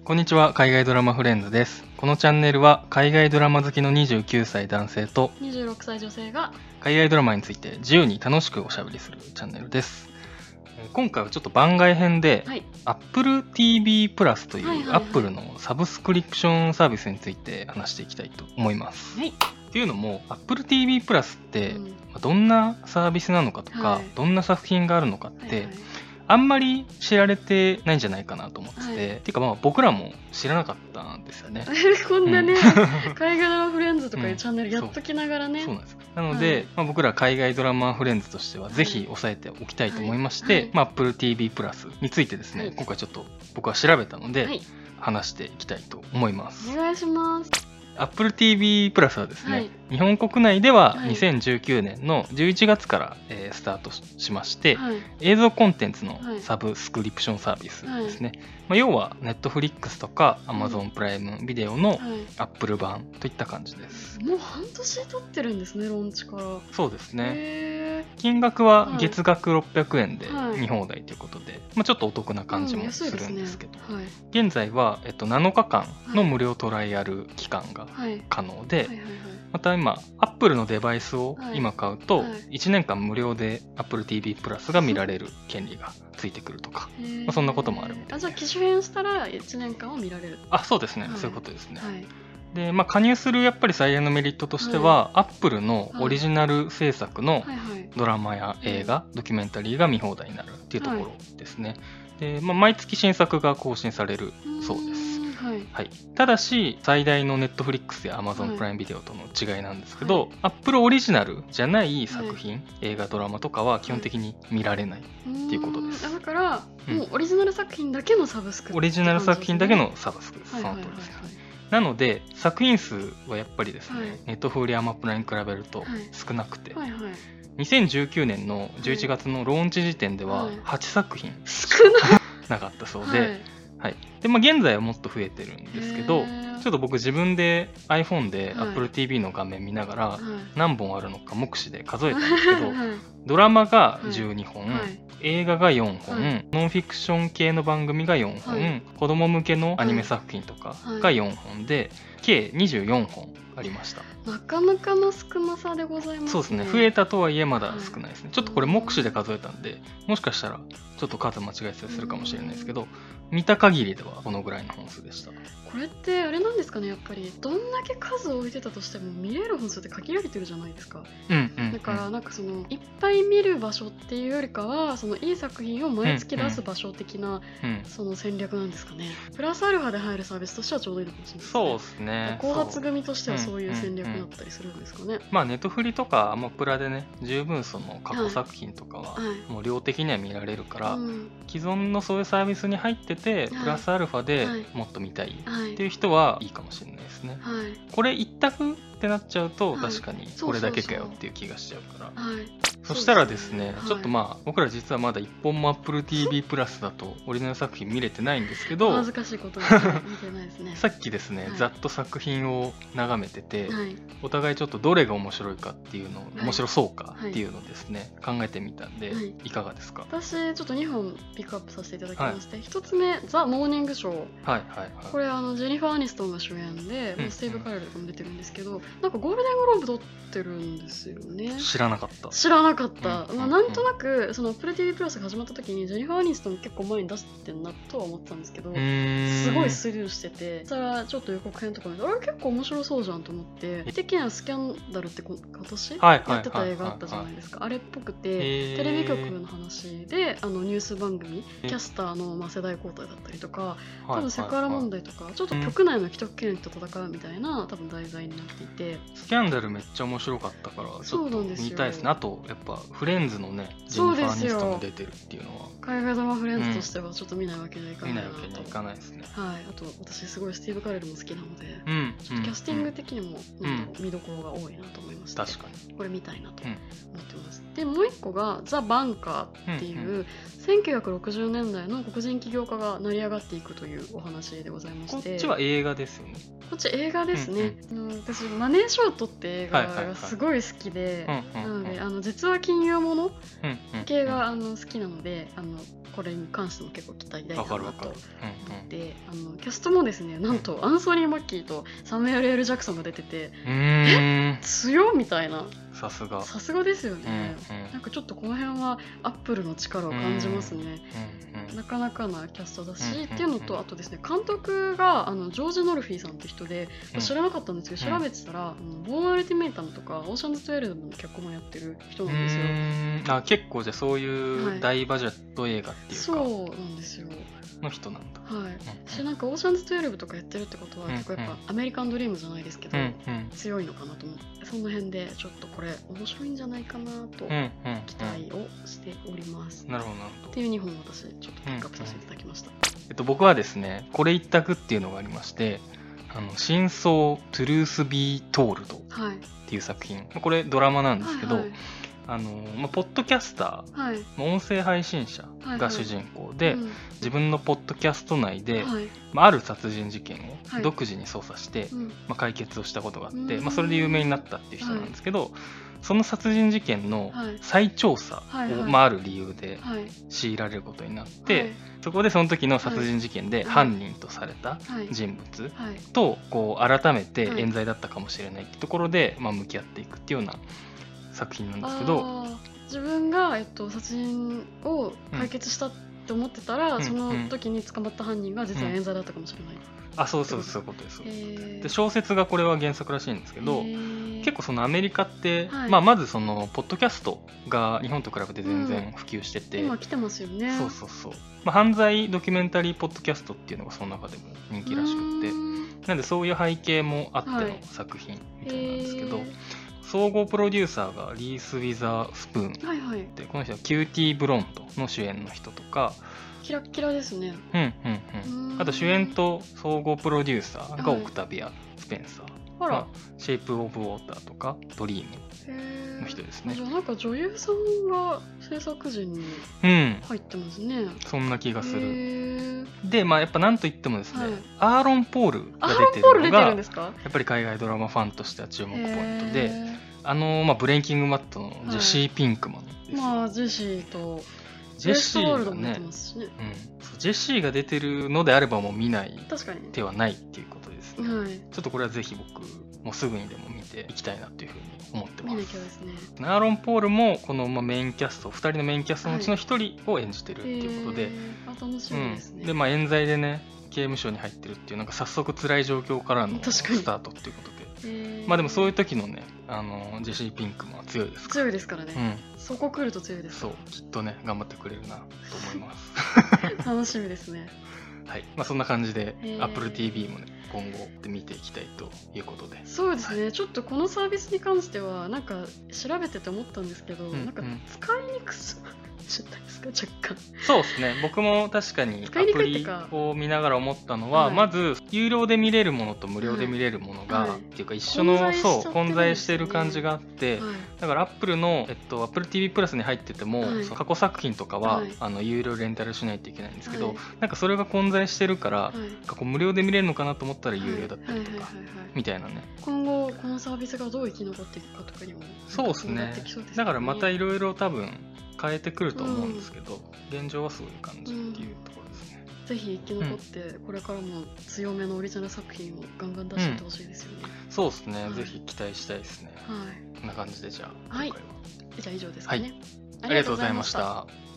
こんにちは、海外ドラマフレンズです。このチャンネルは海外ドラマ好きの29歳男性と 26歳女性が海外ドラマについて自由に楽しくおしゃべりするチャンネルです。今回はちょっと番外編で、 はい、 Apple TV プラスといはいはいはい、 う Apple のサブスクリプションサービスについて話していきたいと思います。 はい、 っていうのも Apple TV プラスってどんなサービスなのかとか、 はい、 どんな作品があるのかって、 はいはい、 あんまり知られてないんじゃないかなと思ってて、 はい、 っていうか僕らも知らなかったんですよね。 こんなね、 うん海外ドラマフレンズとかいうチャンネルやっときながらね、 そうなんです。なので、僕ら海外ドラマフレンズとしてはぜひ押さえておきたいと思いまして、Apple TV プラスについてですね、今回ちょっと僕は調べたので、話していきたいと思います。 お願いします。 Apple TV プラスはですね、日本国内では2019年の11月から、スタートしまして、映像コンテンツのサブスクリプションサービスですね。要は Netflix とか Amazon プライムビデオの Apple 版といった感じです。 もう半年経ってるんですね、ローンチから。 そうですね。金額は月額600円で見放題ということで、ちょっとお得な感じもするんですけど、現在は、7日間の無料トライアル期間が可能で、また今 Apple のデバイスを今買うと1年間無料で Apple TV プラスが見られる権利がついてくるとか、そんなこともあるみたいです。 じゃあ機種変したら1年間は見られる。 そうですね、そういうことですね。で加入するやっぱり最大のメリットとしては、Apple のオリジナル制作のドラマや映画、ドキュメンタリーが見放題になるっていうところですね。で毎月新作が更新されるそうです。ただし最大の Netflix や Amazon プライムビデオとの違いなんですけど、Apple オリジナルじゃない作品、映画ドラマとかは基本的に見られないっていうことです。 だからもうオリジナル作品だけのサブスク、 オリジナル作品だけのサブスクです。その通りです。なので作品数はやっぱりですね、ネットフリ、アマプラに比べると少なくて、2019年の11月のローンチ時点では8作品しかなかったそうで、で現在はもっと増えてるんですけど、ちょっと僕自分で iPhone で Apple TV の画面見ながら何本あるのか目視で数えたんですけど、ドラマが12本、映画が4本、ノンフィクション系の番組が4本、子供向けのアニメ作品とかが4本で、計24本ありました。 なかなかの少なさでございますね。 そうですね、増えたとはいえまだ少ないですね。ちょっとこれ目視で数えたんで、もしかしたらちょっと数間違えてたりするかもしれないですけど、見た限りではこのぐらいの本数でした。 これってあれなんですかね、やっぱりどんだけ数を置いてたとしても見れる本数って限られてるじゃないですか。だからなんかそのいっぱい見る場所っていうよりかは、そのいい作品を毎月出す場所的なその戦略なんですかね。プラスアルファで入るサービスとしてはちょうどいいのかもしれないですね。 そうですね。 後発組としてはそういう戦略だったりするんですかね。 ネットフリとかアマプラでね、十分その過去作品とかはもう量的には見られるから、既存のそういうサービスに入っててプラスアルファでもっと見たいっていう人はいいかもしれないですね。これ一択ってなっちゃうと確かにこれだけかよっていう気がしちゃうから。そしたらですね、ちょっと僕ら実はまだ一本も Apple TV プラスだとオリジナル作品見れてないんですけど、 恥ずかしいことに見てないですね。 さっきですね、ざっと作品を眺めてて、お互いちょっとどれが面白いかっていうのを、面白そうかっていうのをですね、考えてみたんで、いかがですか？ 私ちょっと2本ピックアップさせていただきまして、1つ目ザ・モーニングショー。これジェニファー・アニストンが主演で、スティーブ・カレルとかも出てるんですけど、なんかゴールデングローブ取ってるんですよね。 知らなかった。 なんとなくその Apple TV プラスが始まった時にジェニファー・アニストン結構前に出してんなとは思ってたんですけど、すごいスルーしてて、そしたらちょっと予告編とか見て、あれ結構面白そうじゃんと思って、的にはスキャンダルって今年やってた映画あったじゃないですか。あれっぽくて、テレビ局の話でニュース番組キャスターの世代交代だったりとか、多分セクハラ問題とかちょっと局内の既得権利と戦うみたいな多分題材になっていて、 スキャンダルめっちゃ面白かったからちょっと見たいですね。あとやっぱフレンズのね、ジェニファー・アニストンが出てるっていうのは海外ドラマフレンズとしてはちょっと見ないわけにはいかないなと。 見ないわけにはいかないですね。 あと私すごいスティーブ・カレルも好きなので、ちょっとキャスティング的にも見どころが多いなと思いまして、これ見たいなと思ってます。でもう一個がザ・バンカーっていうる1960年代の黒人起業家が成り上がっていくというお話でございまして、 こっちは映画ですよね。 こっち映画ですね、私マネーショートって映画がすごい好きで、なので実は金融もの系が好きなので、これに関しても結構期待大だなと思って、キャストもですね、なんとアンソニー・マッキーとサムエル・L・ジャクソンが出てて、強っみたいな。さすがですよね、なんかちょっとこの辺はアップルの力を感じますね、なかなかなキャストだし、っていうのと、あとですね、監督がジョージ・ノルフィーさんって人で、知らなかったんですけど、調べてたらボーン・アルティメイタムとかオーシャンズ12の脚本もやってる人なんですよ。 結構じゃあそういう大バジェット映画っていうか、 そうなんですよの人なんだ。 なんかオーシャンズ12とかやってるってことは、結構やっぱアメリカンドリームじゃないですけど、強いのかなと思って、その辺でちょっとこれ面白いんじゃないかなと期待をしております。 なるほどなるほど。 っていう2本私ちょっとピックアップさせていただきました。 僕はですね、これ一択っていうのがありまして、真相トゥルースビートールドっていう作品、これドラマなんですけど、ポッドキャスター、音声配信者が主人公で、自分のポッドキャスト内で、ある殺人事件を独自に捜査して、解決をしたことがあって、それで有名になったっていう人なんですけど、その殺人事件の再調査を、ある理由で強いられることになって、そこでその時の殺人事件で犯人とされた人物とこう改めて冤罪だったかもしれないってところで、向き合っていくっていうような作品なんですけど、 自分が、殺人を解決したって思ってたら、その時に捕まった犯人が実は冤罪だったかもしれない、 そういうことです。で小説がこれは原作らしいんですけど、結構そのアメリカって、まずそのポッドキャストが日本と比べて全然普及してて、 今来てますよね。 犯罪ドキュメンタリーポッドキャストっていうのがその中でも人気らしくて、なんでそういう背景もあっての作品みたいなんですけど、総合プロデューサーがリース・ウィザースプーンで、この人はキューティー・ブロンドの主演の人とか、 キラッキラですね。 あと主演と総合プロデューサーがオクタビア・スペンサー、シェイプ・オブ・ウォーターとかドリームの人ですね。 じゃあなんか女優さんが制作陣に入ってますね。 そんな気がする。でやっぱなんといってもですね、アーロン・ポールが出てるのがやっぱり海外ドラマファンとしては注目ポイントで、ブレイキングマットのジェシー・ピンクマンですよ。 ジェシーとジェシーがね、ジェシーが出てるのであればもう見ない手はないっていうことですね。ちょっとこれはぜひ僕もうすぐにでも見ていきたいなというふうに思ってます。アーロン・ポールもこのメインキャスト、2人のメインキャストのうちの1人を演じてるっていうことで、 楽しみですね。 で冤罪でね刑務所に入ってるっていう、なんか早速辛い状況からのスタートっていうことで、でもそういう時のねジェシー・ピンクも強いですから。 強いですからね。そこ来ると強いです。 きっとね頑張ってくれるなと思います。 楽しみですね。 そんな感じで Apple TV もね今後見ていきたいということで。 そうですね、ちょっとこのサービスに関してはなんか調べてて思ったんですけど、なんか使いにくそうじゃないですか、若干。 そうですね、僕も確かにアプリを見ながら思ったのは、まず有料で見れるものと無料で見れるものが、っていうか一緒の混在してる感じがあって、だから Apple の、Apple TV プラスに入ってても、過去作品とかは、有料レンタルしないといけないんですけど、なんかそれが混在してるから、無料で見れるのかなと思ったら有料だったりとかみたいなね。 今後このサービスがどう生き残っていくかとかにもそうですね。だからまたいろいろ多分変えてくると思うんですけど、現状はそういう感じっていうところですね。 ぜひ生き残って、これからも強めのオリジナル作品をガンガン出していってほしいですよね。 そうですね、ぜひ期待したいですね。こんな感じでじゃあ今回は。 じゃあ以上ですかね。 ありがとうございました。